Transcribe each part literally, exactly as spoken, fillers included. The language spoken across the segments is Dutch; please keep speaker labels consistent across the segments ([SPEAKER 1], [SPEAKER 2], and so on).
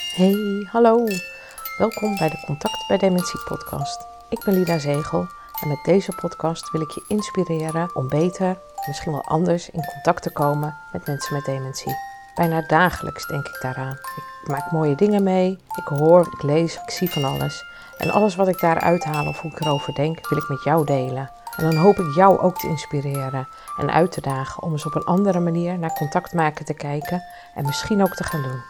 [SPEAKER 1] Hey, hallo. Welkom bij de Contact bij Dementie podcast. Ik ben Lida Zegel en met deze podcast wil ik je inspireren om beter, misschien wel anders, in contact te komen met mensen met dementie. Bijna dagelijks denk ik daaraan. Ik maak mooie dingen mee, ik hoor, ik lees, ik zie van alles. En alles wat ik daar uithaal of hoe ik erover denk, wil ik met jou delen. En dan hoop ik jou ook te inspireren en uit te dagen om eens op een andere manier naar contact maken te kijken en misschien ook te gaan doen.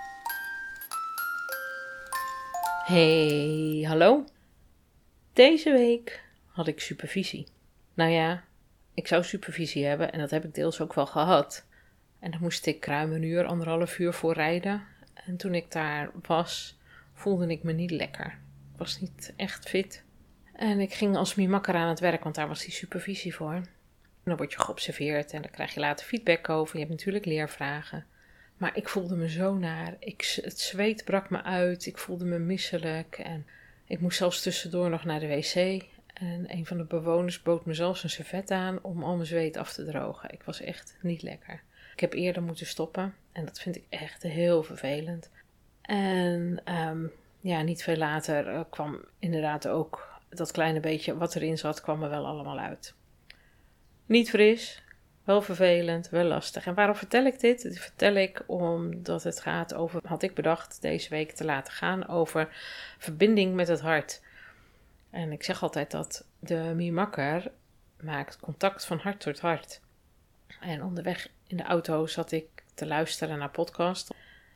[SPEAKER 1] Hey, hallo. Deze week had ik supervisie. Nou ja, ik zou supervisie hebben en dat heb ik deels ook wel gehad. En daar moest ik ruim een uur, anderhalf uur voor rijden. En toen ik daar was, voelde ik me niet lekker. Ik was niet echt fit. En ik ging als miemakker aan het werk, want daar was die supervisie voor. En dan word je geobserveerd en dan krijg je later feedback over. Je hebt natuurlijk leervragen. Maar ik voelde me zo naar. Ik, het zweet brak me uit. Ik voelde me misselijk. En ik moest zelfs tussendoor nog naar de wc. En een van de bewoners bood me zelfs een servet aan om al mijn zweet af te drogen. Ik was echt niet lekker. Ik heb eerder moeten stoppen. En dat vind ik echt heel vervelend. En um, ja, niet veel later uh, kwam inderdaad ook dat kleine beetje wat erin zat, kwam er wel allemaal uit. Niet fris. Wel vervelend, wel lastig. En waarom vertel ik dit? Dit vertel ik omdat het gaat over, had ik bedacht deze week te laten gaan, over verbinding met het hart. En ik zeg altijd dat de miemakker maakt contact van hart tot hart. En onderweg in de auto zat ik te luisteren naar podcast.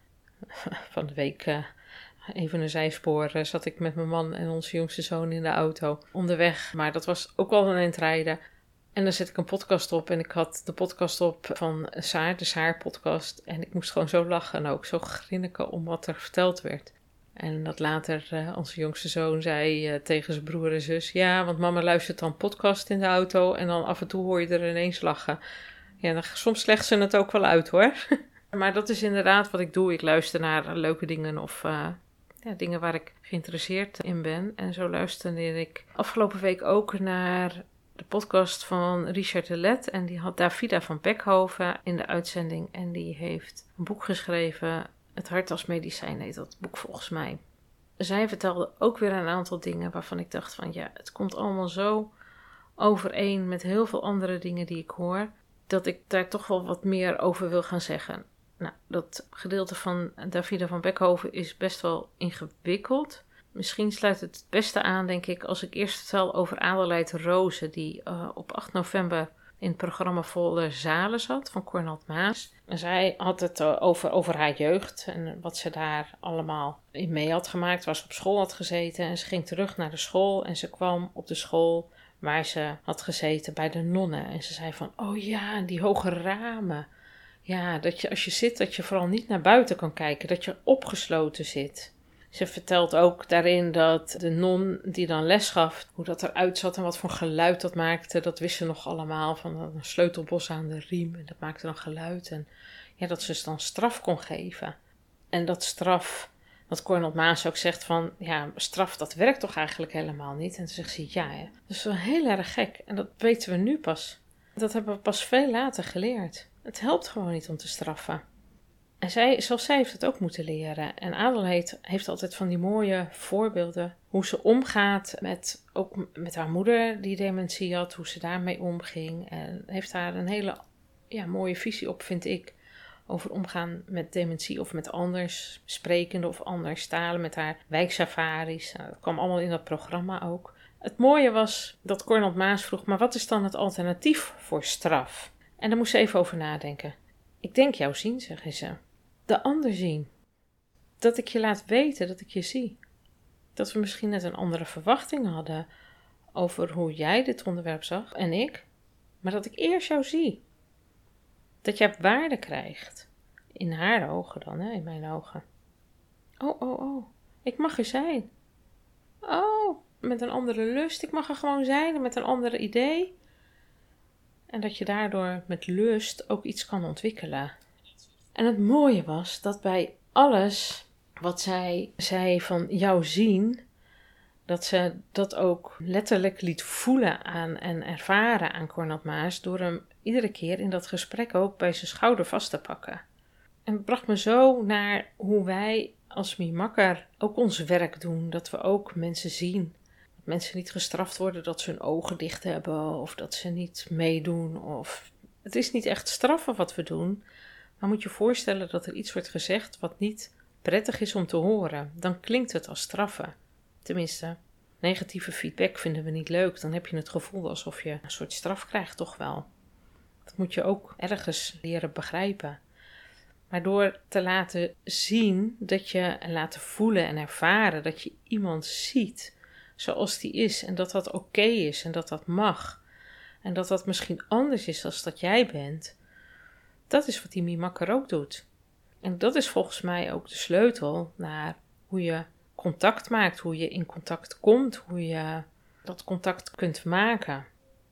[SPEAKER 1] Van de week, uh, even een zijspoor, uh, zat ik met mijn man en onze jongste zoon in de auto onderweg. Maar dat was ook wel een eindrijden. En dan zet ik een podcast op en ik had de podcast op van Saar, de Saar podcast. En ik moest gewoon zo lachen en ook zo grinniken om wat er verteld werd. En dat later uh, onze jongste zoon zei uh, tegen zijn broer en zus, ja, want mama luistert dan podcast in de auto en dan af en toe hoor je er ineens lachen. Ja, dan, soms legt ze het ook wel uit hoor. Maar dat is inderdaad wat ik doe. Ik luister naar leuke dingen of uh, ja, dingen waar ik geïnteresseerd in ben. En zo luisterde ik afgelopen week ook naar de podcast van Richard de Let. En die had Davida van Beckhoven in de uitzending. En die heeft een boek geschreven. Het hart als medicijn heet dat boek volgens mij. Zij vertelde ook weer een aantal dingen waarvan ik dacht van ja, het komt allemaal zo overeen met heel veel andere dingen die ik hoor, dat ik daar toch wel wat meer over wil gaan zeggen. Nou, dat gedeelte van Davida van Beckhoven is best wel ingewikkeld. Misschien sluit het het beste aan, denk ik, als ik eerst vertel over Adelheid Rozen, die uh, op acht november in het programma Volle Zalen zat van Cornald Maas. En zij had het uh, over, over haar jeugd en wat ze daar allemaal in mee had gemaakt, waar ze op school had gezeten. En ze ging terug naar de school en ze kwam op de school waar ze had gezeten bij de nonnen. En ze zei van, oh ja, die hoge ramen. Ja, dat je als je zit, dat je vooral niet naar buiten kan kijken, dat je opgesloten zit. Ze vertelt ook daarin dat de non die dan les gaf, hoe dat eruit zat en wat voor geluid dat maakte, dat wist ze nog allemaal, van een sleutelbos aan de riem en dat maakte dan geluid. En ja, dat ze dan straf kon geven. En dat straf, wat Cornald Maas ook zegt van, ja, straf dat werkt toch eigenlijk helemaal niet? En dan zegt ze, ja, hè. Dat is wel heel erg gek en dat weten we nu pas. Dat hebben we pas veel later geleerd. Het helpt gewoon niet om te straffen. En zij, zelfs zij heeft het ook moeten leren. En Adelheid heeft altijd van die mooie voorbeelden. Hoe ze omgaat met, ook met haar moeder die dementie had. Hoe ze daarmee omging. En heeft daar een hele ja, mooie visie op, vind ik. Over omgaan met dementie of met anders sprekende of anders talen. Met haar wijksafaris. Nou, dat kwam allemaal in dat programma ook. Het mooie was dat Cornald Maas vroeg, maar wat is dan het alternatief voor straf? En daar moest ze even over nadenken. Ik denk jou zien, zeggen ze. De ander zien. Dat ik je laat weten dat ik je zie. Dat we misschien net een andere verwachting hadden over hoe jij dit onderwerp zag en ik. Maar dat ik eerst jou zie. Dat jij waarde krijgt. In haar ogen dan, hè, in mijn ogen. Oh, oh, oh. Ik mag er zijn. Oh, met een andere lust. Ik mag er gewoon zijn met een ander idee. En dat je daardoor met lust ook iets kan ontwikkelen. En het mooie was dat bij alles wat zij zei van jou zien, dat ze dat ook letterlijk liet voelen aan en ervaren aan Cornald Maas door hem iedere keer in dat gesprek ook bij zijn schouder vast te pakken. En het bracht me zo naar hoe wij als Mimakker ook ons werk doen. Dat we ook mensen zien. Dat mensen niet gestraft worden dat ze hun ogen dicht hebben of dat ze niet meedoen. Of... Het is niet echt straffen wat we doen. Maar moet je voorstellen dat er iets wordt gezegd wat niet prettig is om te horen. Dan klinkt het als straffen. Tenminste, negatieve feedback vinden we niet leuk. Dan heb je het gevoel alsof je een soort straf krijgt, toch wel. Dat moet je ook ergens leren begrijpen. Maar door te laten zien dat je en laten voelen en ervaren dat je iemand ziet zoals die is. En dat dat oké is en dat dat mag. En dat dat misschien anders is dan dat jij bent. Dat is wat die Mimakker ook doet. En dat is volgens mij ook de sleutel naar hoe je contact maakt, hoe je in contact komt, hoe je dat contact kunt maken.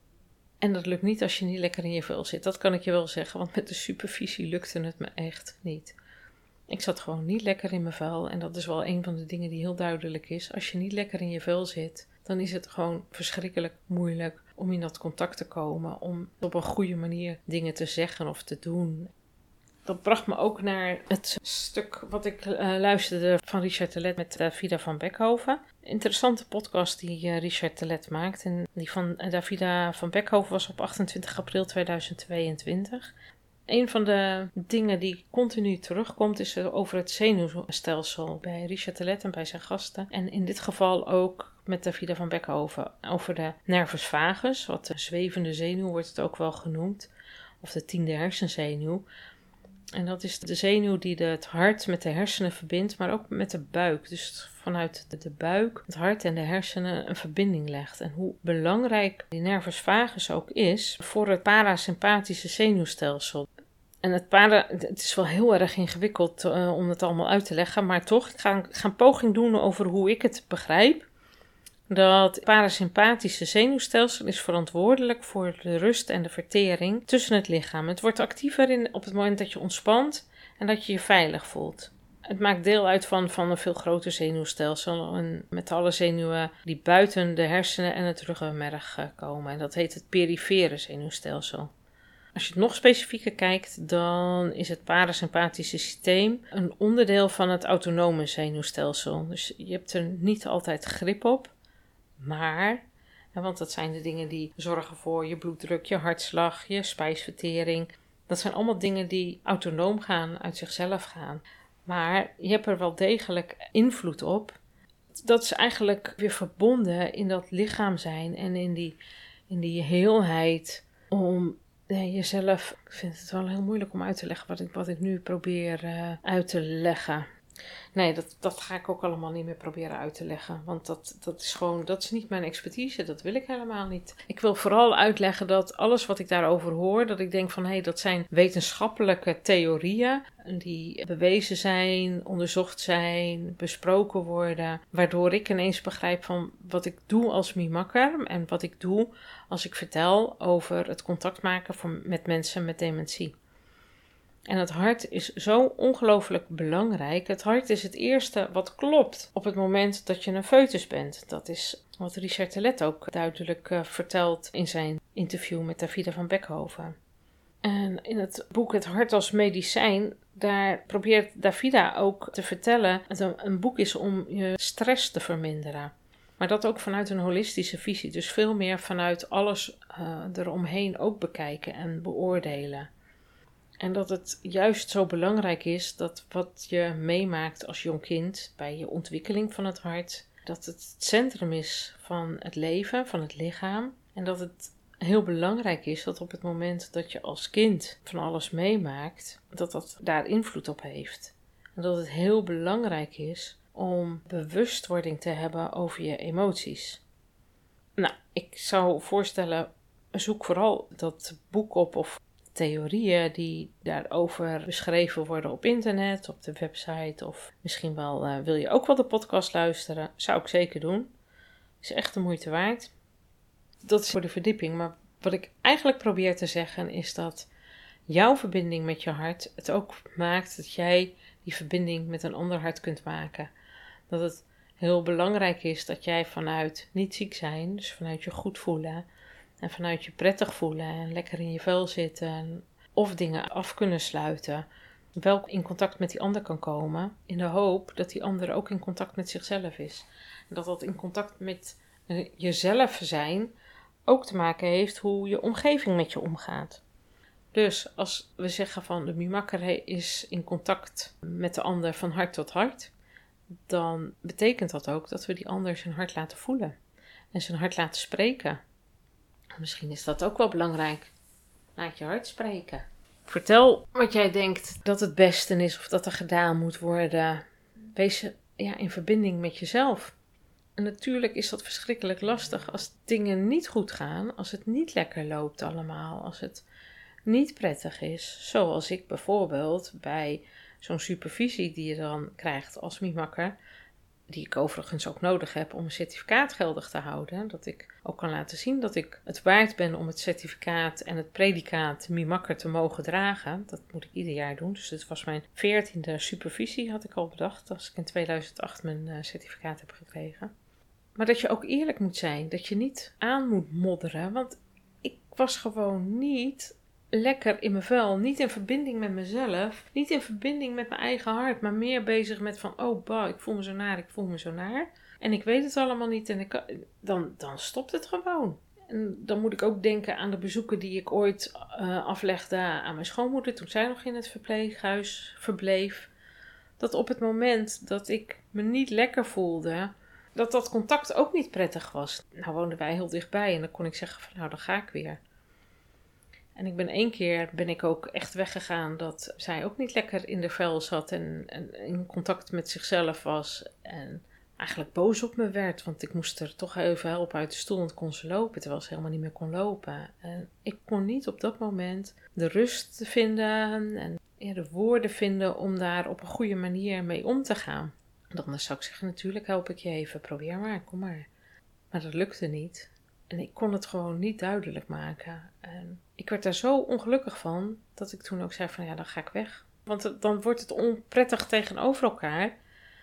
[SPEAKER 1] En dat lukt niet als je niet lekker in je vel zit. Dat kan ik je wel zeggen, want met de supervisie lukte het me echt niet. Ik zat gewoon niet lekker in mijn vel en dat is wel een van de dingen die heel duidelijk is. Als je niet lekker in je vel zit, dan is het gewoon verschrikkelijk moeilijk om in dat contact te komen, om op een goede manier dingen te zeggen of te doen. Dat bracht me ook naar het stuk wat ik uh, luisterde van Richard Telet met Davida van Beckhoven. Interessante podcast die uh, Richard Telet maakt. En die van uh, Davida van Beckhoven was op achtentwintig april tweeduizend tweeëntwintig. Een van de dingen die continu terugkomt is over het zenuwstelsel bij Richard Telet en bij zijn gasten. En in dit geval ook met Davida van Beckhoven over de nervus vagus, wat de zwevende zenuw wordt het ook wel genoemd. Of de tiende hersenzenuw. En dat is de zenuw die de, het hart met de hersenen verbindt, maar ook met de buik. Dus vanuit de, de buik, het hart en de hersenen een verbinding legt. En hoe belangrijk die nervus vagus ook is voor het parasympathische zenuwstelsel. En het, para, het is wel heel erg ingewikkeld uh, om het allemaal uit te leggen, maar toch, ik ga, ga een poging doen over hoe ik het begrijp. Dat parasympathische zenuwstelsel is verantwoordelijk voor de rust en de vertering tussen het lichaam. Het wordt actiever in, op het moment dat je ontspant en dat je je veilig voelt. Het maakt deel uit van, van een veel groter zenuwstelsel. En met alle zenuwen die buiten de hersenen en het ruggenmerg komen. En dat heet het perifere zenuwstelsel. Als je het nog specifieker kijkt, dan is het parasympathische systeem een onderdeel van het autonome zenuwstelsel. Dus je hebt er niet altijd grip op. Maar, want dat zijn de dingen die zorgen voor je bloeddruk, je hartslag, je spijsvertering. Dat zijn allemaal dingen die autonoom gaan, uit zichzelf gaan. Maar je hebt er wel degelijk invloed op. Dat is eigenlijk weer verbonden in dat lichaam zijn en in die, in die heelheid om nee, jezelf... Ik vind het wel heel moeilijk om uit te leggen wat ik, wat ik nu probeer uh, uit te leggen. Nee, dat, dat ga ik ook allemaal niet meer proberen uit te leggen. Want dat, dat is gewoon, dat is niet mijn expertise. Dat wil ik helemaal niet. Ik wil vooral uitleggen dat alles wat ik daarover hoor, dat ik denk van, hé, hey, dat zijn wetenschappelijke theorieën die bewezen zijn, onderzocht zijn, besproken worden. Waardoor ik ineens begrijp van wat ik doe als Mimakker en wat ik doe als ik vertel over het contact maken voor, met mensen met dementie. En het hart is zo ongelooflijk belangrijk. Het hart is het eerste wat klopt op het moment dat je een foetus bent. Dat is wat Richard Telet ook duidelijk uh, vertelt in zijn interview met Davida van Beckhoven. En in het boek Het Hart als Medicijn, daar probeert Davida ook te vertellen dat het een, een boek is om je stress te verminderen. Maar dat ook vanuit een holistische visie. Dus veel meer vanuit alles uh, eromheen ook bekijken en beoordelen. En dat het juist zo belangrijk is dat wat je meemaakt als jong kind bij je ontwikkeling van het hart, dat het het centrum is van het leven, van het lichaam. En dat het heel belangrijk is dat op het moment dat je als kind van alles meemaakt, dat dat daar invloed op heeft. En dat het heel belangrijk is om bewustwording te hebben over je emoties. Nou, ik zou voorstellen, zoek vooral dat boek op of theorieën die daarover beschreven worden op internet, op de website of misschien wel uh, wil je ook wel de podcast luisteren. Zou ik zeker doen. Is echt de moeite waard. Dat is voor de verdieping. Maar wat ik eigenlijk probeer te zeggen is dat jouw verbinding met je hart het ook maakt dat jij die verbinding met een ander hart kunt maken. Dat het heel belangrijk is dat jij vanuit niet ziek zijn, dus vanuit je goed voelen en vanuit je prettig voelen en lekker in je vel zitten of dingen af kunnen sluiten, wel in contact met die ander kan komen, in de hoop dat die ander ook in contact met zichzelf is. En dat dat in contact met uh, jezelf zijn ook te maken heeft hoe je omgeving met je omgaat. Dus als we zeggen van de mimimakker is in contact met de ander van hart tot hart, dan betekent dat ook dat we die ander zijn hart laten voelen en zijn hart laten spreken. Misschien is dat ook wel belangrijk. Laat je hart spreken. Vertel wat jij denkt dat het beste is of dat er gedaan moet worden. Wees ja, in verbinding met jezelf. En natuurlijk is dat verschrikkelijk lastig als dingen niet goed gaan, als het niet lekker loopt allemaal, als het niet prettig is. Zoals ik bijvoorbeeld bij zo'n supervisie die je dan krijgt als mimimakker, die ik overigens ook nodig heb om een certificaat geldig te houden. Dat ik ook kan laten zien dat ik het waard ben om het certificaat en het predicaat mimimakker te mogen dragen. Dat moet ik ieder jaar doen. Dus dit was mijn veertiende supervisie, had ik al bedacht, als ik in tweeduizend acht mijn uh, certificaat heb gekregen. Maar dat je ook eerlijk moet zijn, dat je niet aan moet modderen, want ik was gewoon niet lekker in mijn vel, niet in verbinding met mezelf, niet in verbinding met mijn eigen hart, maar meer bezig met van, oh bah, ik voel me zo naar, ik voel me zo naar. En ik weet het allemaal niet en ik, dan, dan stopt het gewoon. En dan moet ik ook denken aan de bezoeken die ik ooit uh, aflegde aan mijn schoonmoeder, toen zij nog in het verpleeghuis verbleef. Dat op het moment dat ik me niet lekker voelde, dat dat contact ook niet prettig was. Nou woonden wij heel dichtbij en dan kon ik zeggen van, nou dan ga ik weer. En ik ben één keer ben ik ook echt weggegaan dat zij ook niet lekker in de vel zat en, en in contact met zichzelf was. En eigenlijk boos op me werd, want ik moest er toch even helpen uit de stoel, want kon ze lopen, terwijl ze helemaal niet meer kon lopen. En ik kon niet op dat moment de rust vinden en ja, de woorden vinden om daar op een goede manier mee om te gaan. Dan zou ik zeggen, natuurlijk help ik je even, probeer maar, kom maar. Maar dat lukte niet. En ik kon het gewoon niet duidelijk maken. En ik werd daar zo ongelukkig van, dat ik toen ook zei van ja, dan ga ik weg. Want dan wordt het onprettig tegenover elkaar.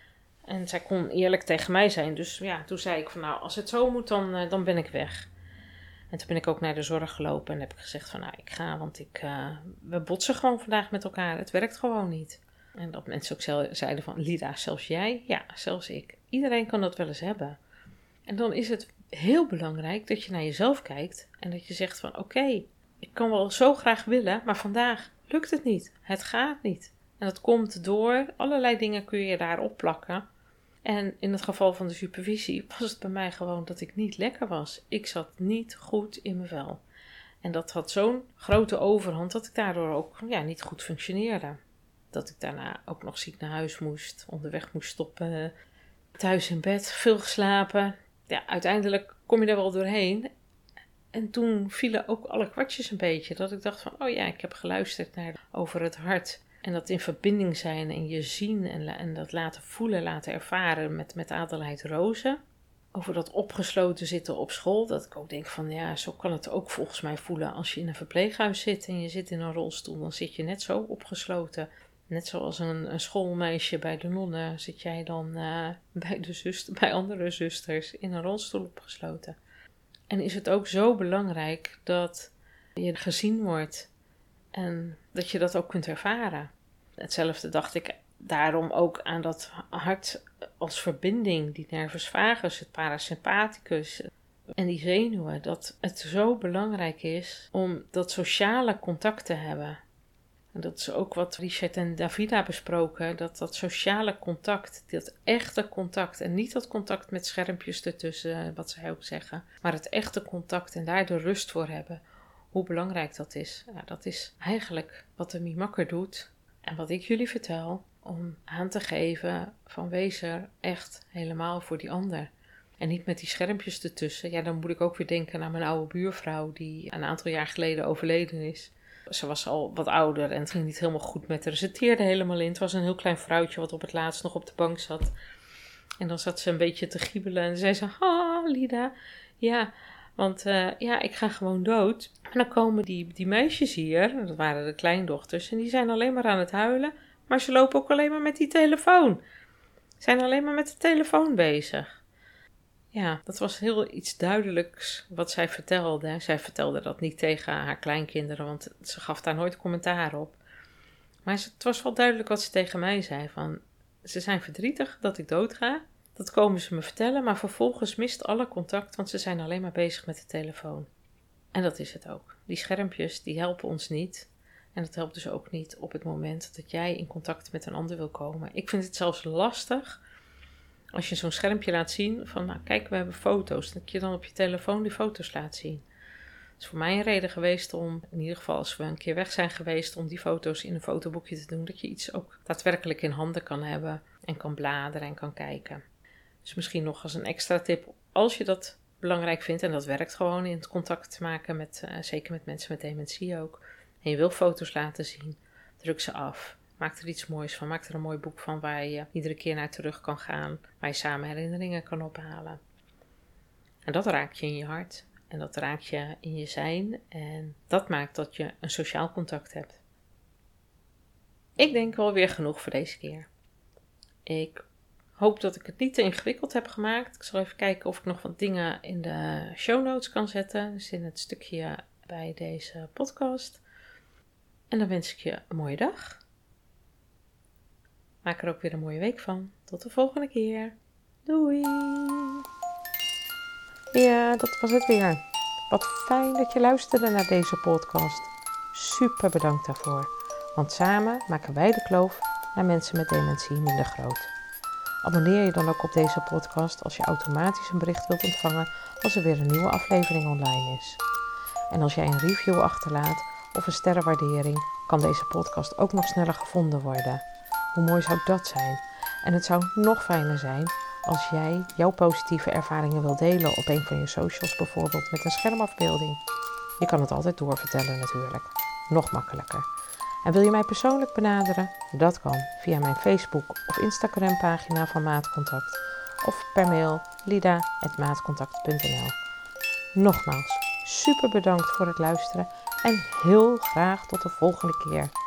[SPEAKER 1] En zij kon eerlijk tegen mij zijn. Dus ja, toen zei ik van nou, als het zo moet, dan, dan ben ik weg. En toen ben ik ook naar de zorg gelopen en heb ik gezegd van nou, ik ga, want ik, uh, we botsen gewoon vandaag met elkaar. Het werkt gewoon niet. En dat mensen ook zeiden van Lida, zelfs jij? Ja, zelfs ik. Iedereen kan dat wel eens hebben. En dan is het heel belangrijk dat je naar jezelf kijkt en dat je zegt van oké, okay, ik kan wel zo graag willen, maar vandaag lukt het niet. Het gaat niet. En dat komt door, allerlei dingen kun je daarop plakken. En in het geval van de supervisie was het bij mij gewoon dat ik niet lekker was. Ik zat niet goed in mijn vel. En dat had zo'n grote overhand dat ik daardoor ook ja, niet goed functioneerde. Dat ik daarna ook nog ziek naar huis moest, onderweg moest stoppen, thuis in bed, veel geslapen. Ja, uiteindelijk kom je er wel doorheen. En toen vielen ook alle kwartjes een beetje. Dat ik dacht van, oh ja, ik heb geluisterd naar over het hart. En dat in verbinding zijn en je zien en, en dat laten voelen, laten ervaren met, met Adelheid Rozen. Over dat opgesloten zitten op school. Dat ik ook denk van, ja, zo kan het ook volgens mij voelen als je in een verpleeghuis zit en je zit in een rolstoel. Dan zit je net zo opgesloten. Net zoals een, een schoolmeisje bij de nonnen zit jij dan uh, bij, de zuster, bij andere zusters in een rolstoel opgesloten. En is het ook zo belangrijk dat je gezien wordt en dat je dat ook kunt ervaren. Hetzelfde dacht ik daarom ook aan dat hart als verbinding, die nervus vagus, het parasympathicus en die zenuwen. Dat het zo belangrijk is om dat sociale contact te hebben. En dat is ook wat Richard en Davida besproken, dat dat sociale contact, dat echte contact en niet dat contact met schermpjes ertussen, wat zij ook zeggen, maar het echte contact en daar de rust voor hebben, hoe belangrijk dat is. Ja, dat is eigenlijk wat de mimimakker doet en wat ik jullie vertel, om aan te geven van wees er echt helemaal voor die ander. En niet met die schermpjes ertussen. Ja, dan moet ik ook weer denken aan mijn oude buurvrouw die een aantal jaar geleden overleden is. Ze was al wat ouder en het ging niet helemaal goed met haar. Ze teerde helemaal in. Het was een heel klein vrouwtje wat op het laatst nog op de bank zat. En dan zat ze een beetje te giebelen en zei ze, ha, Lida, ja, want uh, ja, ik ga gewoon dood. En dan komen die, die meisjes hier, dat waren de kleindochters, en die zijn alleen maar aan het huilen. Maar ze lopen ook alleen maar met die telefoon. Ze zijn alleen maar met de telefoon bezig. Ja, dat was heel iets duidelijks wat zij vertelde. Zij vertelde dat niet tegen haar kleinkinderen, want ze gaf daar nooit commentaar op. Maar het was wel duidelijk wat ze tegen mij zei. Van, ze zijn verdrietig dat ik doodga. Dat komen ze me vertellen. Maar vervolgens mist alle contact. Want ze zijn alleen maar bezig met de telefoon. En dat is het ook. Die schermpjes die helpen ons niet. En dat helpt dus ook niet op het moment dat jij in contact met een ander wil komen. Ik vind het zelfs lastig als je zo'n schermpje laat zien van, nou kijk, we hebben foto's. Dat je dan op je telefoon die foto's laat zien. Het is voor mij een reden geweest om, in ieder geval als we een keer weg zijn geweest, om die foto's in een fotoboekje te doen. Dat je iets ook daadwerkelijk in handen kan hebben en kan bladeren en kan kijken. Dus misschien nog als een extra tip, als je dat belangrijk vindt, en dat werkt gewoon in het contact maken met, uh, zeker met mensen met dementie ook. En je wil foto's laten zien, druk ze af. Maak er iets moois van. Maak er een mooi boek van waar je iedere keer naar terug kan gaan. Waar je samen herinneringen kan ophalen. En dat raakt je in je hart. En dat raakt je in je zijn. En dat maakt dat je een sociaal contact hebt. Ik denk wel weer genoeg voor deze keer. Ik hoop dat ik het niet te ingewikkeld heb gemaakt. Ik zal even kijken of ik nog wat dingen in de show notes kan zetten. Dus in het stukje bij deze podcast. En dan wens ik je een mooie dag. Maak er ook weer een mooie week van. Tot de volgende keer. Doei! Ja, dat was het weer. Wat fijn dat je luisterde naar deze podcast. Super bedankt daarvoor. Want samen maken wij de kloof naar mensen met dementie minder groot. Abonneer je dan ook op deze podcast als je automatisch een bericht wilt ontvangen als er weer een nieuwe aflevering online is. En als jij een review achterlaat of een sterrenwaardering, kan deze podcast ook nog sneller gevonden worden. Hoe mooi zou dat zijn? En het zou nog fijner zijn als jij jouw positieve ervaringen wilt delen op een van je socials, bijvoorbeeld met een schermafbeelding. Je kan het altijd doorvertellen natuurlijk. Nog makkelijker. En wil je mij persoonlijk benaderen? Dat kan via mijn Facebook of Instagram pagina van Maatcontact of per mail lida at maatcontact punt n l. Nogmaals, super bedankt voor het luisteren en heel graag tot de volgende keer.